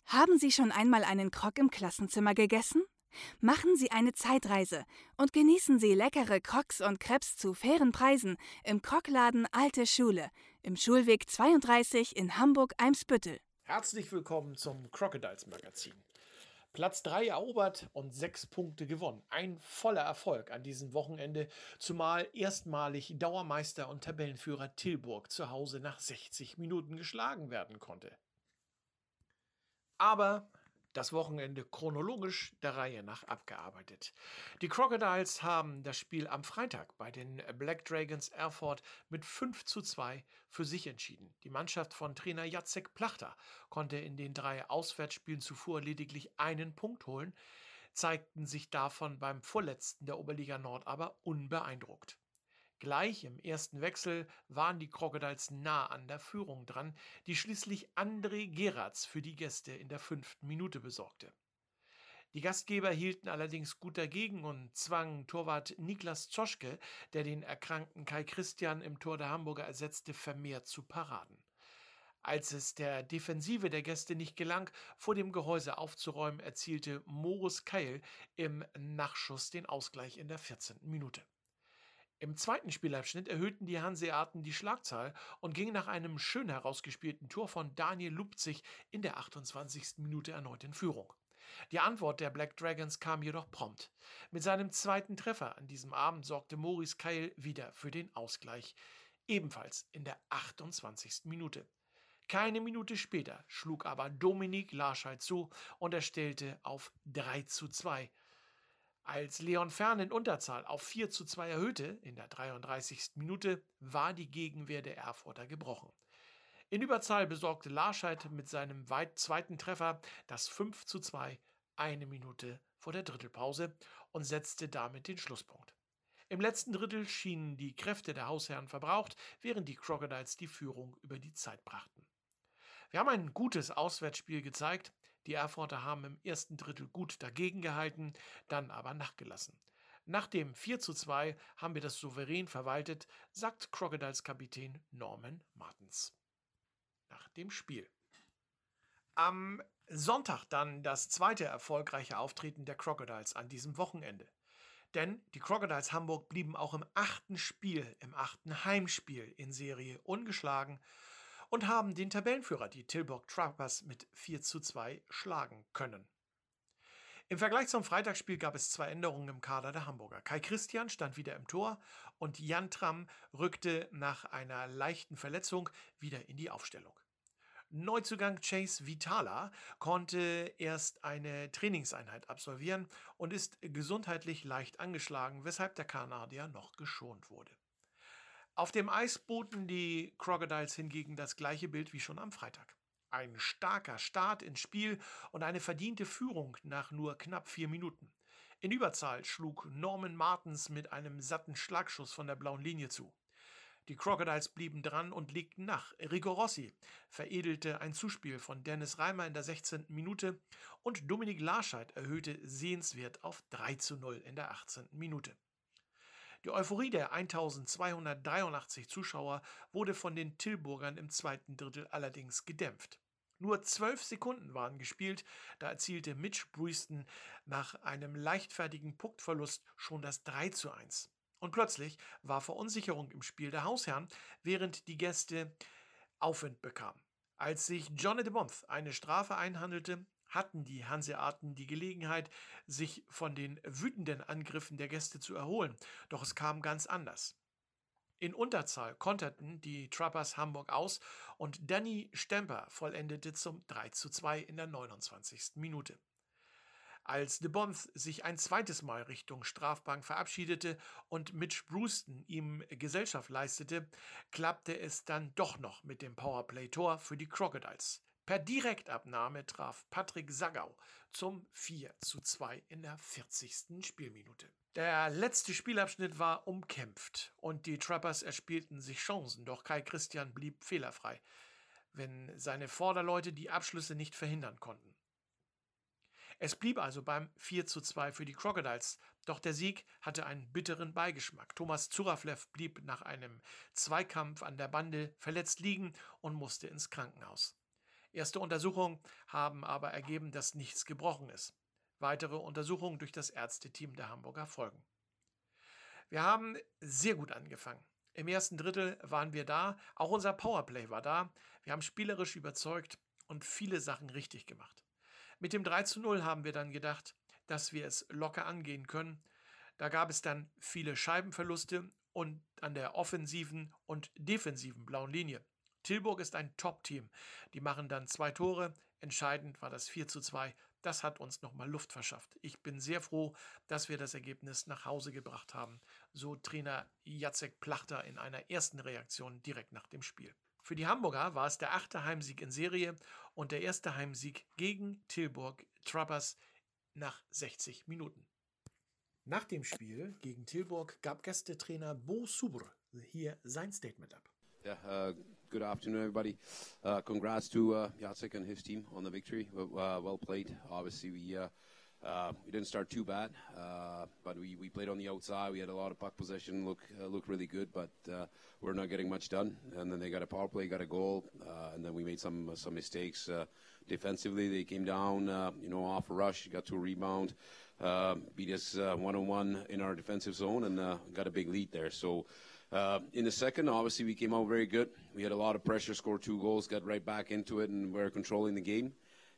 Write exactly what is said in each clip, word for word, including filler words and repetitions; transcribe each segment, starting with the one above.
Haben Sie schon einmal einen Krog im Klassenzimmer gegessen? Machen Sie eine Zeitreise und genießen Sie leckere Crocs und Crepes zu fairen Preisen im Krogladen Alte Schule im Schulweg zweiunddreißig in Hamburg-Eimsbüttel. Herzlich willkommen zum Crocodiles Magazin. Platz drei erobert und sechs Punkte gewonnen. Ein voller Erfolg an diesem Wochenende, zumal erstmalig Dauermeister und Tabellenführer Tilburg zu Hause nach sechzig Minuten geschlagen werden konnte. Aber das Wochenende chronologisch der Reihe nach abgearbeitet. Die Crocodiles haben das Spiel am Freitag bei den Black Dragons Erfurt mit fünf zu zwei für sich entschieden. Die Mannschaft von Trainer Jacek Plachta konnte in den drei Auswärtsspielen zuvor lediglich einen Punkt holen, zeigten sich davon beim Vorletzten der Oberliga Nord aber unbeeindruckt. Gleich im ersten Wechsel waren die Crocodiles nah an der Führung dran, die schließlich André Geratz für die Gäste in der fünften Minute besorgte. Die Gastgeber hielten allerdings gut dagegen und zwangen Torwart Niklas Zoschke, der den erkrankten Kai Christian im Tor der Hamburger ersetzte, vermehrt zu Paraden. Als es der Defensive der Gäste nicht gelang, vor dem Gehäuse aufzuräumen, erzielte Morus Keil im Nachschuss den Ausgleich in der vierzehnten Minute. Im zweiten Spielabschnitt erhöhten die Hanseaten die Schlagzahl und gingen nach einem schön herausgespielten Tor von Daniel Lupzig in der achtundzwanzigsten Minute erneut in Führung. Die Antwort der Black Dragons kam jedoch prompt. Mit seinem zweiten Treffer an diesem Abend sorgte Maurice Keil wieder für den Ausgleich, ebenfalls in der achtundzwanzigsten Minute. Keine Minute später schlug aber Dominik Larscheid zu und er stellte auf drei zu zwei. Als Leon Fern in Unterzahl auf vier zu zwei erhöhte, in der dreiunddreißigsten Minute, war die Gegenwehr der Erfurter gebrochen. In Überzahl besorgte Larscheid mit seinem weit zweiten Treffer das fünf zu zwei eine Minute vor der Drittelpause und setzte damit den Schlusspunkt. Im letzten Drittel schienen die Kräfte der Hausherren verbraucht, während die Crocodiles die Führung über die Zeit brachten. Wir haben ein gutes Auswärtsspiel gezeigt. Die Erfurter haben im ersten Drittel gut dagegen gehalten, dann aber nachgelassen. Nach dem vier zu zwei haben wir das souverän verwaltet, sagt Crocodiles-Kapitän Norman Martens. Nach dem Spiel. Am Sonntag dann das zweite erfolgreiche Auftreten der Crocodiles an diesem Wochenende. Denn die Crocodiles Hamburg blieben auch im achten Spiel, im achten Heimspiel in Serie ungeschlagen und haben den Tabellenführer, die Tilburg Trappers, mit vier zu zwei schlagen können. Im Vergleich zum Freitagsspiel gab es zwei Änderungen im Kader der Hamburger. Kai Christian stand wieder im Tor und Jan Tramm rückte nach einer leichten Verletzung wieder in die Aufstellung. Neuzugang Chase Vitala konnte erst eine Trainingseinheit absolvieren und ist gesundheitlich leicht angeschlagen, weshalb der Kanadier noch geschont wurde. Auf dem Eis boten die Crocodiles hingegen das gleiche Bild wie schon am Freitag. Ein starker Start ins Spiel und eine verdiente Führung nach nur knapp vier Minuten. In Überzahl schlug Norman Martens mit einem satten Schlagschuss von der blauen Linie zu. Die Crocodiles blieben dran und legten nach. Rico Rossi veredelte ein Zuspiel von Dennis Reimer in der sechzehnten Minute und Dominik Larscheid erhöhte sehenswert auf drei zu null in der achtzehnten Minute. Die Euphorie der eintausendzweihundertdreiundachtzig Zuschauer wurde von den Tilburgern im zweiten Drittel allerdings gedämpft. Nur zwölf Sekunden waren gespielt, da erzielte Mitch Bruiston nach einem leichtfertigen Punktverlust schon das drei zu eins. Und plötzlich war Verunsicherung im Spiel der Hausherren, während die Gäste Aufwind bekamen. Als sich Johnny de Bonth eine Strafe einhandelte, hatten die Hanseaten die Gelegenheit, sich von den wütenden Angriffen der Gäste zu erholen, doch es kam ganz anders. In Unterzahl konterten die Trappers Hamburg aus und Danny Stemper vollendete zum drei zu zwei in der neunundzwanzigsten Minute. Als de Bonth sich ein zweites Mal Richtung Strafbank verabschiedete und Mitch Bruiston ihm Gesellschaft leistete, klappte es dann doch noch mit dem Powerplay-Tor für die Crocodiles. Per Direktabnahme traf Patrick Sagau zum vier zu zwei in der vierzigsten Spielminute. Der letzte Spielabschnitt war umkämpft und die Trappers erspielten sich Chancen, doch Kai Christian blieb fehlerfrei, wenn seine Vorderleute die Abschlüsse nicht verhindern konnten. Es blieb also beim vier zu zwei für die Crocodiles, doch der Sieg hatte einen bitteren Beigeschmack. Thomas Zuraflev blieb nach einem Zweikampf an der Bande verletzt liegen und musste ins Krankenhaus. Erste Untersuchungen haben aber ergeben, dass nichts gebrochen ist. Weitere Untersuchungen durch das Ärzteteam der Hamburger folgen. Wir haben sehr gut angefangen. Im ersten Drittel waren wir da, auch unser Powerplay war da. Wir haben spielerisch überzeugt und viele Sachen richtig gemacht. Mit dem drei zu null haben wir dann gedacht, dass wir es locker angehen können. Da gab es dann viele Scheibenverluste und an der offensiven und defensiven blauen Linie. Tilburg ist ein Top-Team. Die machen dann zwei Tore. Entscheidend war das vier zu zwei. Das hat uns nochmal Luft verschafft. Ich bin sehr froh, dass wir das Ergebnis nach Hause gebracht haben. So Trainer Jacek Plachter in einer ersten Reaktion direkt nach dem Spiel. Für die Hamburger war es der achte Heimsieg in Serie und der erste Heimsieg gegen Tilburg Truppers nach sechzig Minuten. Nach dem Spiel gegen Tilburg gab Gästetrainer Bo Subr hier sein Statement ab. Yeah, uh, good afternoon, everybody. Uh, congrats to uh, Jacek and his team on the victory. Uh, well played. Obviously, we uh, uh, we didn't start too bad, uh, but we, we played on the outside. We had a lot of puck possession, look uh, looked really good, but uh, we're not getting much done. And then they got a power play, got a goal, uh, and then we made some uh, some mistakes uh, defensively. They came down, uh, you know, off a rush, got to a rebound, uh, beat us uh, one on one in our defensive zone, and uh, got a big lead there. So. Uh, in the second, obviously, we came out very good. We had a lot of pressure, scored two goals, got right back into it, and we were controlling the game.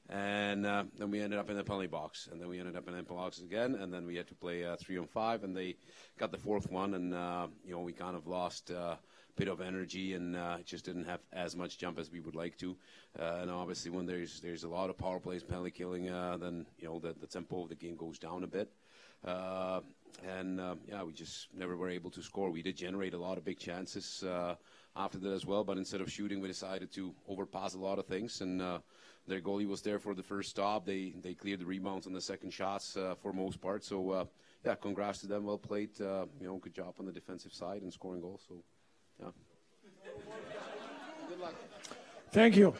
And uh, then we ended up in the penalty box. And then we ended up in the penalty box again, and then we had to play uh, three on five, and they got the fourth one. And, uh, you know, we kind of lost uh, a bit of energy and uh, just didn't have as much jump as we would like to. Uh, and obviously, when there's there's a lot of power plays, penalty killing, uh, then, you know, the, the tempo of the game goes down a bit. Uh, and, uh, yeah, we just never were able to score. We did generate a lot of big chances uh, after that as well, but instead of shooting, we decided to overpass a lot of things. And uh, their goalie was there for the first stop. They they cleared the rebounds on the second shots uh, for most part. So, uh, yeah, congrats to them. Well played. Uh, you know, good job on the defensive side and scoring goals. So, yeah. Good luck. Thank you.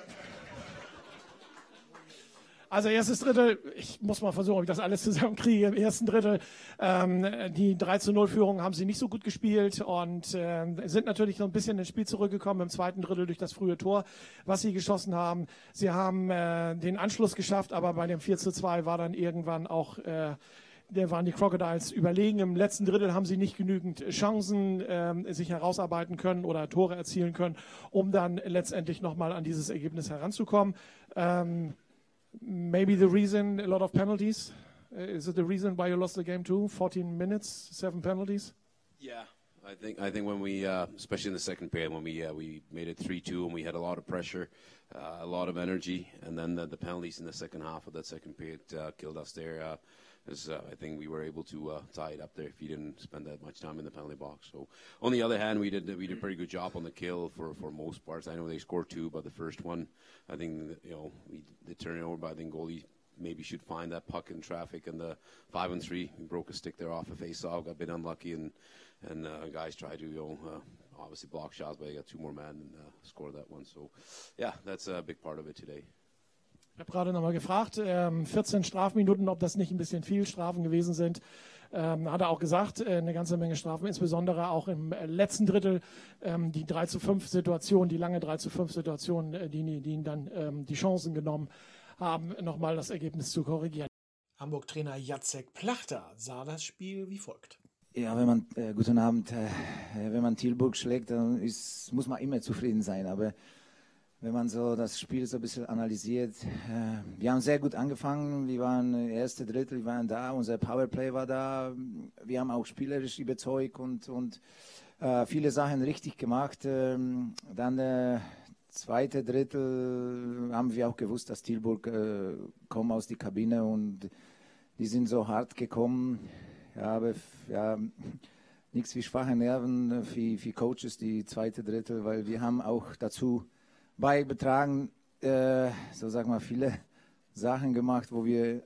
Also erstes Drittel, ich muss mal versuchen, ob ich das alles zusammenkriege. Im ersten Drittel, ähm, die drei zu null Führung haben sie nicht so gut gespielt und äh, sind natürlich noch ein bisschen ins Spiel zurückgekommen im zweiten Drittel durch das frühe Tor, was sie geschossen haben. Sie haben äh, den Anschluss geschafft, aber bei dem vier zu zwei war dann irgendwann auch... Äh, Der waren die Crocodiles überlegen. Im letzten Drittel haben sie nicht genügend Chancen ähm, sich herausarbeiten können oder Tore erzielen können, um dann letztendlich nochmal an dieses Ergebnis heranzukommen. Ähm, maybe the reason, a lot of penalties. Uh, is it the reason why you lost the game too? fourteen minutes, seven penalties? Yeah. I think I think when we, uh, especially in the second period, when we uh, we made it three two and we had a lot of pressure, uh, a lot of energy, and then the, the penalties in the second half of that second period uh, killed us there. Uh, Because, uh, I think we were able to uh, tie it up there if he didn't spend that much time in the penalty box. So on the other hand, we did we did a pretty good job on the kill for, for most parts. I know they scored two, but the first one, I think that, you know we did turn it over. But I think goalie maybe should find that puck in traffic. And the five and three, he broke a stick there off a face-off, got a bit unlucky, and and uh, guys tried to you know uh, obviously block shots, but they got two more men and uh, scored that one. So yeah, that's a big part of it today. Ich habe gerade nochmal gefragt, ähm, vierzehn Strafminuten, ob das nicht ein bisschen viel Strafen gewesen sind. Ähm, hat er auch gesagt, äh, eine ganze Menge Strafen, insbesondere auch im äh, letzten Drittel ähm, die drei zu fünf Situation, die lange drei zu fünf Situation, äh, die, die ihnen dann ähm, die Chancen genommen haben, nochmal das Ergebnis zu korrigieren. Hamburg-Trainer Jacek Plachter sah das Spiel wie folgt. Ja, wenn man, äh, guten Abend, äh, wenn man Tilburg schlägt, dann ist, muss man immer zufrieden sein, aber wenn man so das Spiel so ein bisschen analysiert, äh, wir haben sehr gut angefangen, wir waren erste Drittel, wir waren da, unser Powerplay war da, wir haben auch spielerisch überzeugt und, und äh, viele Sachen richtig gemacht. Ähm, dann der zweite Drittel haben wir auch gewusst, dass Tilburg äh, kommt aus der Kabine und die sind so hart gekommen, ja, aber ja, nichts wie schwache Nerven für, für Coaches, die zweite Drittel, weil wir haben auch dazu beigetragen, äh, so sagen wir, viele Sachen gemacht, wo wir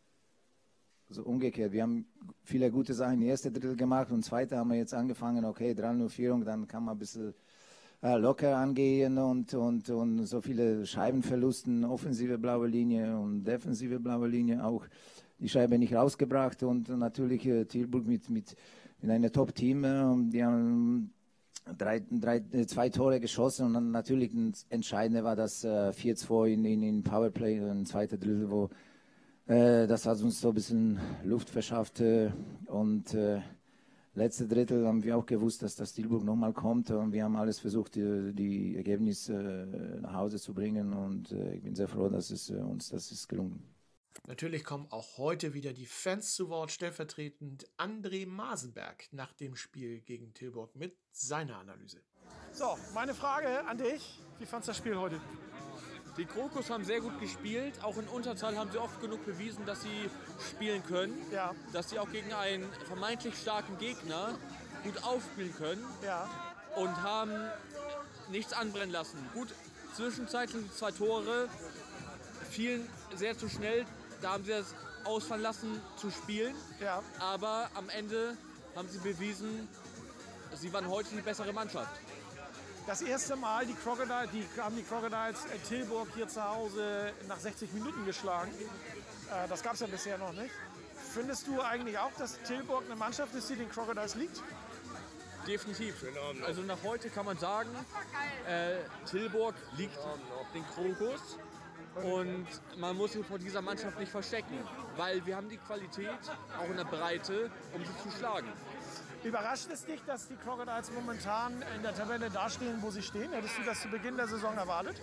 so umgekehrt, wir haben viele gute Sachen im ersten Drittel gemacht und zweite haben wir jetzt angefangen, okay, drei null Führung, dann kann man ein bisschen äh, locker angehen und, und, und so viele Scheibenverlusten, offensive blaue Linie und defensive blaue Linie auch die Scheibe nicht rausgebracht und natürlich äh, Tilburg mit, mit, mit einem Top-Team, äh, die haben drei, drei, zwei Tore geschossen und dann natürlich das Entscheidende war das äh, vier zwei in, in, in Powerplay, ein zweiter Drittel, wo äh, das hat uns so ein bisschen Luft verschafft äh, und äh, letzte Drittel haben wir auch gewusst, dass das Tilburg nochmal kommt und wir haben alles versucht, die, die Ergebnisse äh, nach Hause zu bringen und äh, ich bin sehr froh, dass es äh, uns das ist gelungen. Natürlich kommen auch heute wieder die Fans zu Wort, stellvertretend André Masenberg nach dem Spiel gegen Tilburg mit seiner Analyse. So, meine Frage an dich. Wie fandst du das Spiel heute? Die Krokos haben sehr gut gespielt. Auch in Unterzahl haben sie oft genug bewiesen, dass sie spielen können. Ja. Dass sie auch gegen einen vermeintlich starken Gegner gut aufspielen können. Ja. Und haben nichts anbrennen lassen. Gut, zwischenzeitlich die zwei Tore fielen sehr zu schnell. Da haben sie es ausfallen lassen zu spielen. Ja. Aber am Ende haben sie bewiesen, sie waren heute die bessere Mannschaft. Das erste Mal die Crocodiles, die haben die Crocodiles äh, Tilburg hier zu Hause nach sechzig Minuten geschlagen. Äh, das gab es ja bisher noch nicht. Findest du eigentlich auch, dass Tilburg eine Mannschaft ist, die den Crocodiles liegt? Definitiv. Also nach heute kann man sagen, äh, Tilburg liegt den Krokos. Und man muss sich vor dieser Mannschaft nicht verstecken, weil wir haben die Qualität, auch in der Breite, um sie zu schlagen. Überrascht es dich, dass die Crocodiles momentan in der Tabelle dastehen, wo sie stehen? Hättest du das zu Beginn der Saison erwartet?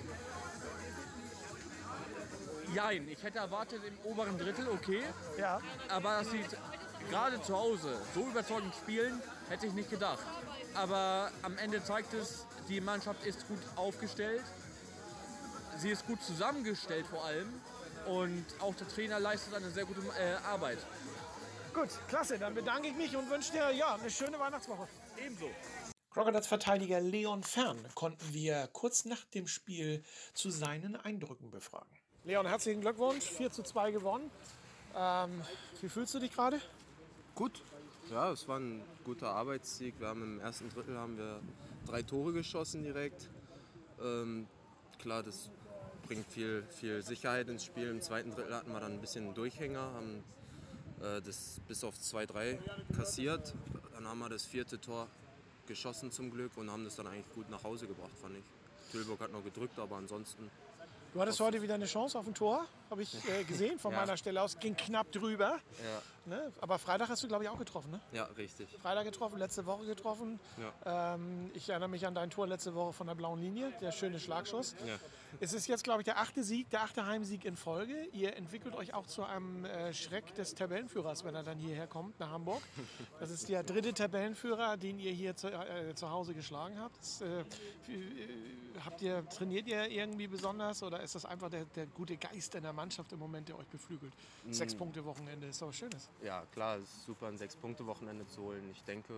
Jein, ich hätte erwartet im oberen Drittel, okay. Ja. Aber dass sie gerade zu Hause so überzeugend spielen, hätte ich nicht gedacht. Aber am Ende zeigt es, die Mannschaft ist gut aufgestellt. Sie ist gut zusammengestellt vor allem und auch der Trainer leistet eine sehr gute äh, Arbeit. Gut, klasse. Dann bedanke ich mich und wünsche dir ja, eine schöne Weihnachtswoche. Ebenso. Crocodiles-Verteidiger Leon Fern konnten wir kurz nach dem Spiel zu seinen Eindrücken befragen. Leon, herzlichen Glückwunsch. vier zu zwei gewonnen. Ähm, wie fühlst du dich gerade? Gut. Ja, es war ein guter Arbeitssieg. Wir haben im ersten Drittel haben wir drei Tore geschossen direkt. Ähm, klar, das bringt viel, viel Sicherheit ins Spiel. Im zweiten Drittel hatten wir dann ein bisschen einen Durchhänger, haben äh, das bis auf zwei drei kassiert. Dann haben wir das vierte Tor geschossen zum Glück und haben das dann eigentlich gut nach Hause gebracht, fand ich. Tilburg hat noch gedrückt, aber ansonsten... Du hattest heute wieder eine Chance auf ein Tor, habe ich äh, gesehen von Ja. meiner Stelle aus. Ging knapp drüber. Ja, Ne? Aber Freitag hast du, glaube ich, auch getroffen, ne? ja, richtig. Freitag getroffen, letzte Woche getroffen. Ja. Ähm, ich erinnere mich an dein Tor letzte Woche von der blauen Linie, der schöne Schlagschuss. Ja. Es ist jetzt, glaube ich, der achte Sieg, der achte Heimsieg in Folge. Ihr entwickelt euch auch zu einem äh, Schreck des Tabellenführers, wenn er dann hierher kommt, nach Hamburg. Das ist der dritte Tabellenführer, den ihr hier zu, äh, zu Hause geschlagen habt. Das, äh, habt ihr, trainiert ihr irgendwie besonders oder ist das einfach der, der gute Geist in der Mannschaft im Moment, der euch beflügelt? Mm. Sechs Punkte Wochenende ist doch was Schönes. Ja, klar, es ist super, ein Sechs-Punkte-Wochenende zu holen. Ich denke,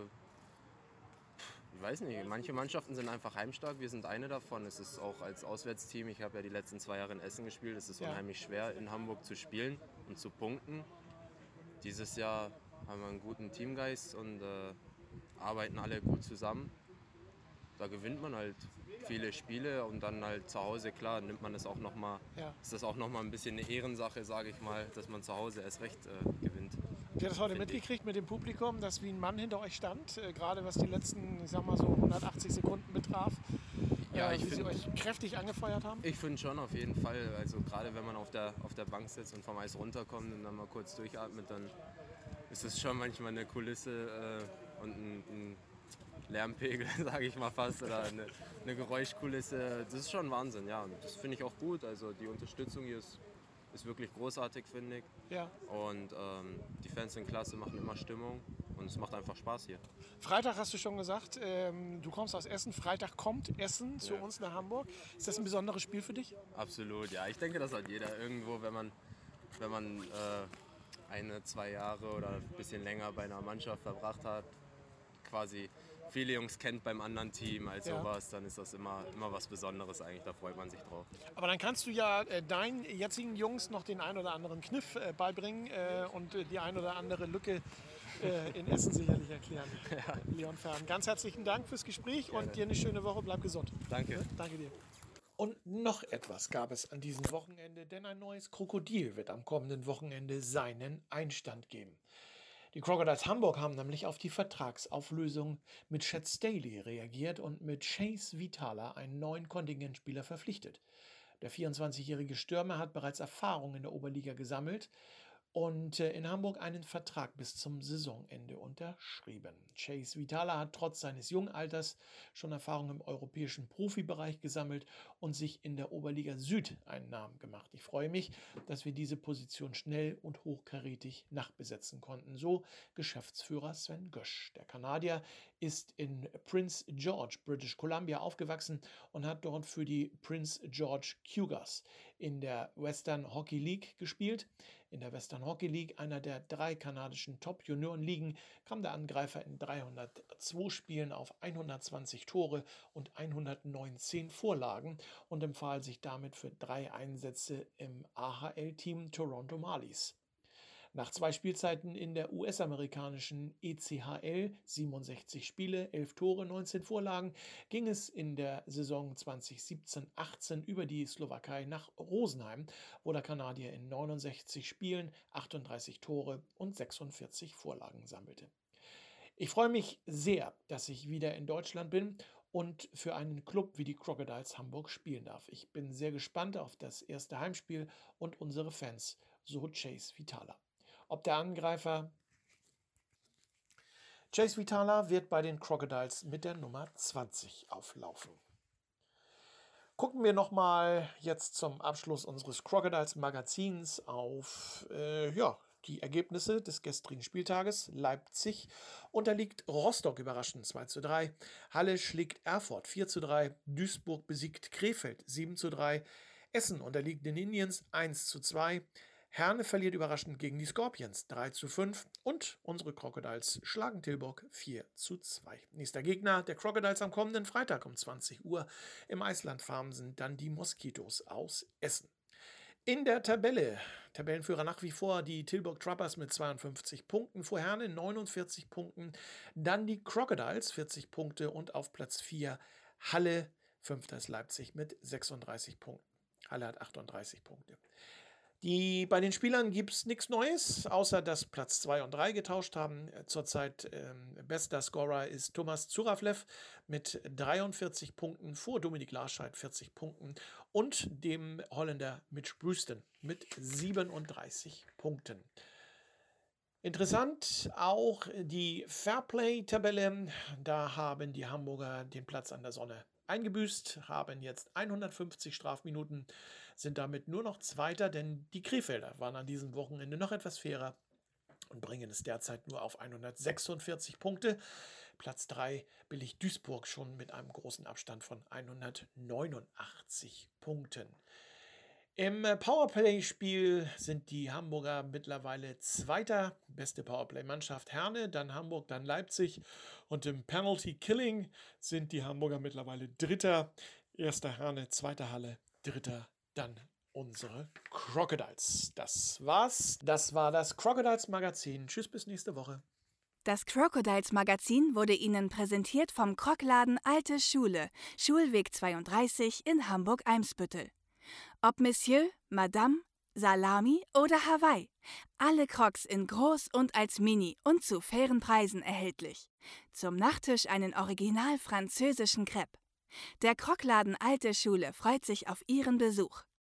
ich weiß nicht, manche Mannschaften sind einfach heimstark. Wir sind eine davon. Es ist auch als Auswärtsteam, ich habe ja die letzten zwei Jahre in Essen gespielt, es ist Ja. unheimlich schwer, in Hamburg zu spielen und zu punkten. Dieses Jahr haben wir einen guten Teamgeist und äh, arbeiten alle gut zusammen. Da gewinnt man halt viele Spiele und dann halt zu Hause, klar, nimmt man das auch noch mal, Ja. ist das auch noch mal ein bisschen eine Ehrensache, sage ich mal, dass man zu Hause erst recht äh, gewinnt. Habt ihr das heute Finde ich. mitgekriegt mit dem Publikum, dass wie ein Mann hinter euch stand, äh, gerade was die letzten, ich sag mal so hundertachtzig Sekunden betraf, Ja, äh, ich wie sie find- euch kräftig angefeuert haben? Ich finde schon auf jeden Fall, also gerade wenn man auf der, auf der Bank sitzt und vom Eis runterkommt und dann mal kurz durchatmet, dann ist es schon manchmal eine Kulisse äh, und ein, ein Lärmpegel, sage ich mal fast, oder eine, eine Geräuschkulisse. Das ist schon Wahnsinn, ja. Und das finde ich auch gut. Also die Unterstützung hier ist, ist wirklich großartig, finde ich. Ja. Und ähm, die Fans sind klasse, machen immer Stimmung und es macht einfach Spaß hier. Freitag hast du schon gesagt, ähm, du kommst aus Essen. Freitag kommt Essen zu Ja. uns nach Hamburg. Ist das ein besonderes Spiel für dich? Absolut, ja. Ich denke, das hat jeder irgendwo, wenn man, wenn man äh, eine, zwei Jahre oder ein bisschen länger bei einer Mannschaft verbracht hat, quasi viele Jungs kennt beim anderen Team als Ja. sowas, dann ist das immer, immer was Besonderes eigentlich, da freut man sich drauf. Aber dann kannst du ja äh, deinen jetzigen Jungs noch den ein oder anderen Kniff äh, beibringen äh, und äh, die ein oder andere Lücke äh, in Essen sicherlich erklären. Leon Fern, ganz herzlichen Dank fürs Gespräch und dir eine schöne Woche. Bleib gesund. Danke. Danke dir. Und noch etwas gab es an diesem Wochenende, denn ein neues Krokodil wird am kommenden Wochenende seinen Einstand geben. Die Crocodiles Hamburg haben nämlich auf die Vertragsauflösung mit Chet Staley reagiert und mit Chase Vitala einen neuen Kontingentspieler verpflichtet. Der vierundzwanzigjährige Stürmer hat bereits Erfahrung in der Oberliga gesammelt und in Hamburg einen Vertrag bis zum Saisonende unterschrieben. Chase Vitala hat trotz seines jungen Alters schon Erfahrung im europäischen Profibereich gesammelt und sich in der Oberliga Süd einen Namen gemacht. Ich freue mich, dass wir diese Position schnell und hochkarätig nachbesetzen konnten. So Geschäftsführer Sven Gösch. Der Kanadier ist in Prince George, British Columbia, aufgewachsen und hat dort für die Prince George Cougars in der Western Hockey League gespielt. In der Western Hockey League, einer der drei kanadischen Top-Junioren-Ligen, kam der Angreifer in dreihundertzwei Spielen auf hundertzwanzig Tore und hundertneunzehn Vorlagen und empfahl sich damit für drei Einsätze im A H L-Team Toronto Marlies. Nach zwei Spielzeiten in der U S-amerikanischen E C H L, siebenundsechzig Spiele, elf Tore, neunzehn Vorlagen, ging es in der Saison zwanzig siebzehn achtzehn über die Slowakei nach Rosenheim, wo der Kanadier in neunundsechzig Spielen achtunddreißig Tore und sechsundvierzig Vorlagen sammelte. Ich freue mich sehr, dass ich wieder in Deutschland bin und für einen Club wie die Crocodiles Hamburg spielen darf. Ich bin sehr gespannt auf das erste Heimspiel und unsere Fans, so Chase Vitala. Ob der Angreifer Chase Vitala wird bei den Crocodiles mit der Nummer zwanzig auflaufen. Gucken wir nochmal jetzt zum Abschluss unseres Crocodiles Magazins auf äh, ja, die Ergebnisse des gestrigen Spieltages. Leipzig unterliegt Rostock überraschend zwei zu drei. Halle schlägt Erfurt vier zu drei. Duisburg besiegt Krefeld sieben zu drei. Essen unterliegt den Indians eins zu zwei. Herne verliert überraschend gegen die Scorpions drei zu fünf und unsere Crocodiles schlagen Tilburg vier zu zwei. Nächster Gegner der Crocodiles am kommenden Freitag um zwanzig Uhr im Eislandfarm sind dann die Moskitos aus Essen. In der Tabelle, Tabellenführer nach wie vor die Tilburg Trappers mit zweiundfünfzig Punkten, vor Herne neunundvierzig Punkten, dann die Crocodiles vierzig Punkte und auf Platz vier Halle, fünfter ist Leipzig mit sechsunddreißig Punkten. Halle hat achtunddreißig Punkte. Die, bei den Spielern gibt es nichts Neues, außer dass Platz zwei und drei getauscht haben. Zurzeit ähm, bester Scorer ist Thomas Zuraflev mit dreiundvierzig Punkten vor Dominik Larscheid vierzig Punkten und dem Holländer Mitch Brewston mit siebenunddreißig Punkten. Interessant auch die Fairplay-Tabelle. Da haben die Hamburger den Platz an der Sonne eingebüßt, haben jetzt hundertfünfzig Strafminuten, sind damit nur noch Zweiter, denn die Krefelder waren an diesem Wochenende noch etwas fairer und bringen es derzeit nur auf hundertsechsundvierzig Punkte. Platz drei belegt Duisburg schon mit einem großen Abstand von hundertneunundachtzig Punkten. Im Powerplay-Spiel sind die Hamburger mittlerweile Zweiter, beste Powerplay-Mannschaft Herne, dann Hamburg, dann Leipzig und im Penalty-Killing sind die Hamburger mittlerweile Dritter, erster Herne, zweiter Halle, Dritter, dann unsere Crocodiles. Das war's, das war das Crocodiles-Magazin. Tschüss, bis nächste Woche. Das Crocodiles-Magazin wurde Ihnen präsentiert vom Crocladen Alte Schule, Schulweg zweiunddreißig in Hamburg-Eimsbüttel. Ob Monsieur, Madame, Salami oder Hawaii. Alle Crocs in groß und als Mini und zu fairen Preisen erhältlich. Zum Nachtisch einen original französischen Crepe. Der Crocladen Alte Schule freut sich auf Ihren Besuch.